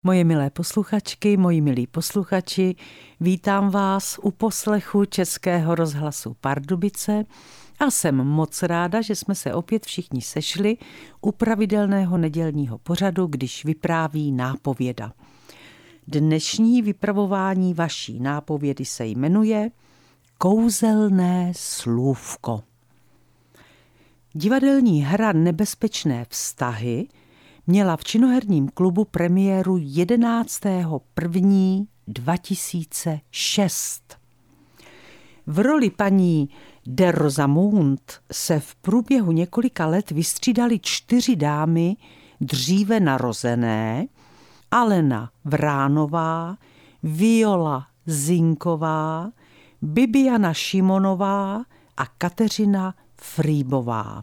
Moje milé posluchačky, moji milí posluchači, vítám vás u poslechu Českého rozhlasu Pardubice a jsem moc ráda, že jsme se opět všichni sešli u pravidelného nedělního pořadu, když vypráví nápověda. Dnešní vypravování vaší nápovědy se jmenuje Kouzelné slůvko. Divadelní hra Nebezpečné vztahy měla v činoherním klubu premiéru 11.1.2006. V roli paní de Rosamund se v průběhu několika let vystřídaly 4 dámy dříve narozené: Alena Vránová, Viola Zinková, Bibiana Šimonová a Kateřina Frýbová.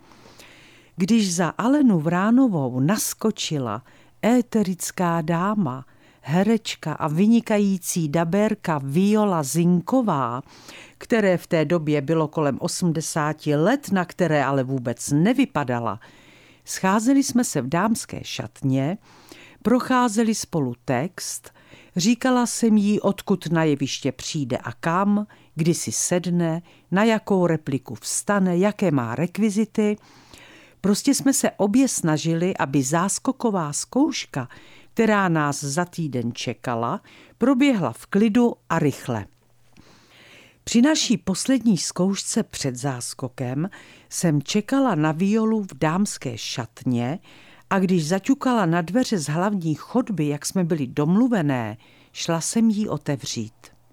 Když za Alenu Vránovou naskočila éterická dáma, herečka a vynikající dabérka Viola Zinková, které v té době bylo kolem 80 let, na které ale vůbec nevypadala, scházeli jsme se v dámské šatně, procházeli spolu text, říkala jsem jí, odkud na jeviště přijde a kam, kdy si sedne, na jakou repliku vstane, jaké má rekvizity. Prostě jsme se obě snažili, aby záskoková zkouška, která nás za týden čekala, proběhla v klidu a rychle. Při naší poslední zkoušce před záskokem jsem čekala na Violu v dámské šatně a když zaťukala na dveře z hlavní chodby, jak jsme byli domluvené, šla jsem jí otevřít.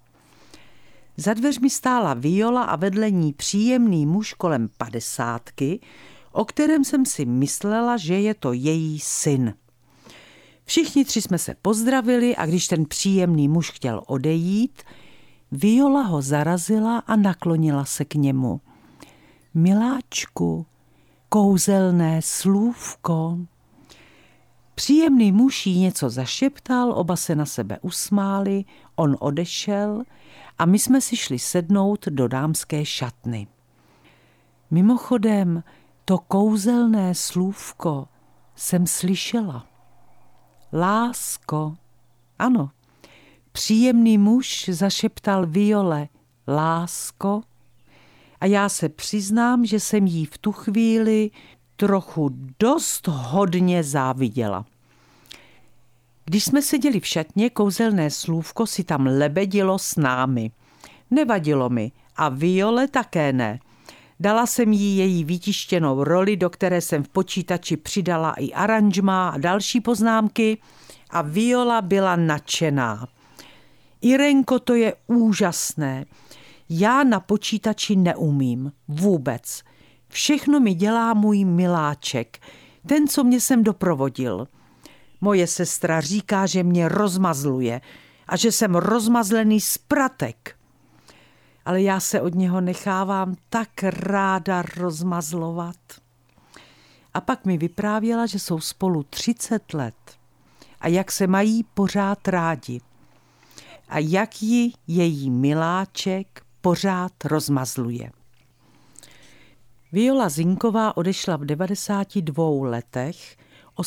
Za dveřmi stála Viola a vedle ní příjemný muž kolem 50, o kterém jsem si myslela, že je to její syn. Všichni 3 jsme se pozdravili a když ten příjemný muž chtěl odejít, Viola ho zarazila a naklonila se k němu. Miláčku, kouzelné slůvko. Příjemný muž jí něco zašeptal, oba se na sebe usmáli, on odešel a my jsme si šli sednout do dámské šatny. Mimochodem, to kouzelné slůvko jsem slyšela. Lásko. Ano, příjemný muž zašeptal Viole lásko a já se přiznám, že jsem jí v tu chvíli trochu dost hodně záviděla. Když jsme seděli v šatně, kouzelné slůvko si tam lebedilo s námi. Nevadilo mi a Viole také ne. Dala jsem jí její vytištěnou roli, do které jsem v počítači přidala i aranžmá a další poznámky a Viola byla nadšená. Irenko, to je úžasné. Já na počítači neumím. Vůbec. Všechno mi dělá můj miláček, ten, co mě sem doprovodil. Moje sestra říká, že mě rozmazluje a že jsem rozmazlený spratek. Ale já se od něho nechávám tak ráda rozmazlovat. A pak mi vyprávěla, že jsou spolu 30 let a jak se mají pořád rádi a jak ji její miláček pořád rozmazluje. Viola Zinková odešla v 92 letech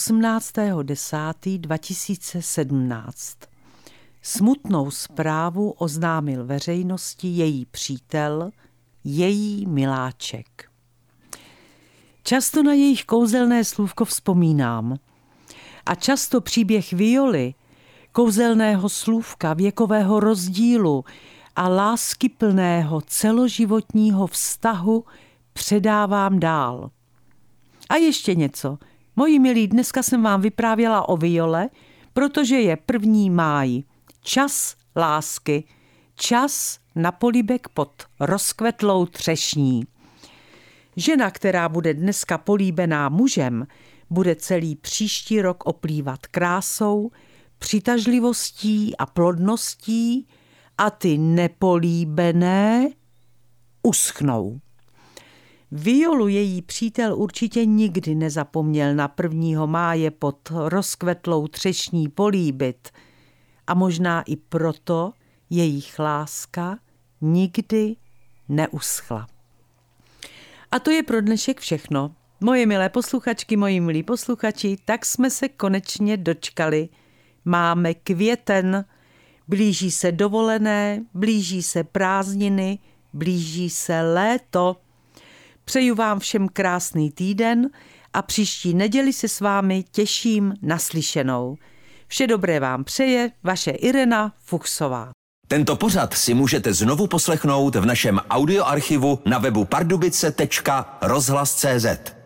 18.10.2017. Smutnou zprávu oznámil veřejnosti její přítel, její miláček. Často na jejich kouzelné slůvko vzpomínám. A často příběh Violy, kouzelného slůvka, věkového rozdílu a láskyplného celoživotního vztahu předávám dál. A ještě něco. Moji milí, dneska jsem vám vyprávěla o Viole, protože je 1. máj. Čas lásky. Čas na políbek pod rozkvetlou třešní. Žena, která bude dneska políbená mužem, bude celý příští rok oplývat krásou, přitažlivostí a plodností a ty nepolíbené uschnou. Violu její přítel určitě nikdy nezapomněl na 1. máje pod rozkvetlou třešní políbit a možná i proto jejich láska nikdy neuschla. A to je pro dnešek všechno. Moje milé posluchačky, moji milí posluchači, tak jsme se konečně dočkali Máme květen, blíží se dovolené, blíží se prázdniny, blíží se léto. Přeju vám všem krásný týden a příští neděli se s vámi těším na slyšenou. Vše dobré vám přeje vaše Irena Fuchsová. Tento pořad si můžete znovu poslechnout v našem audioarchivu na webu pardubice.rozhlas.cz.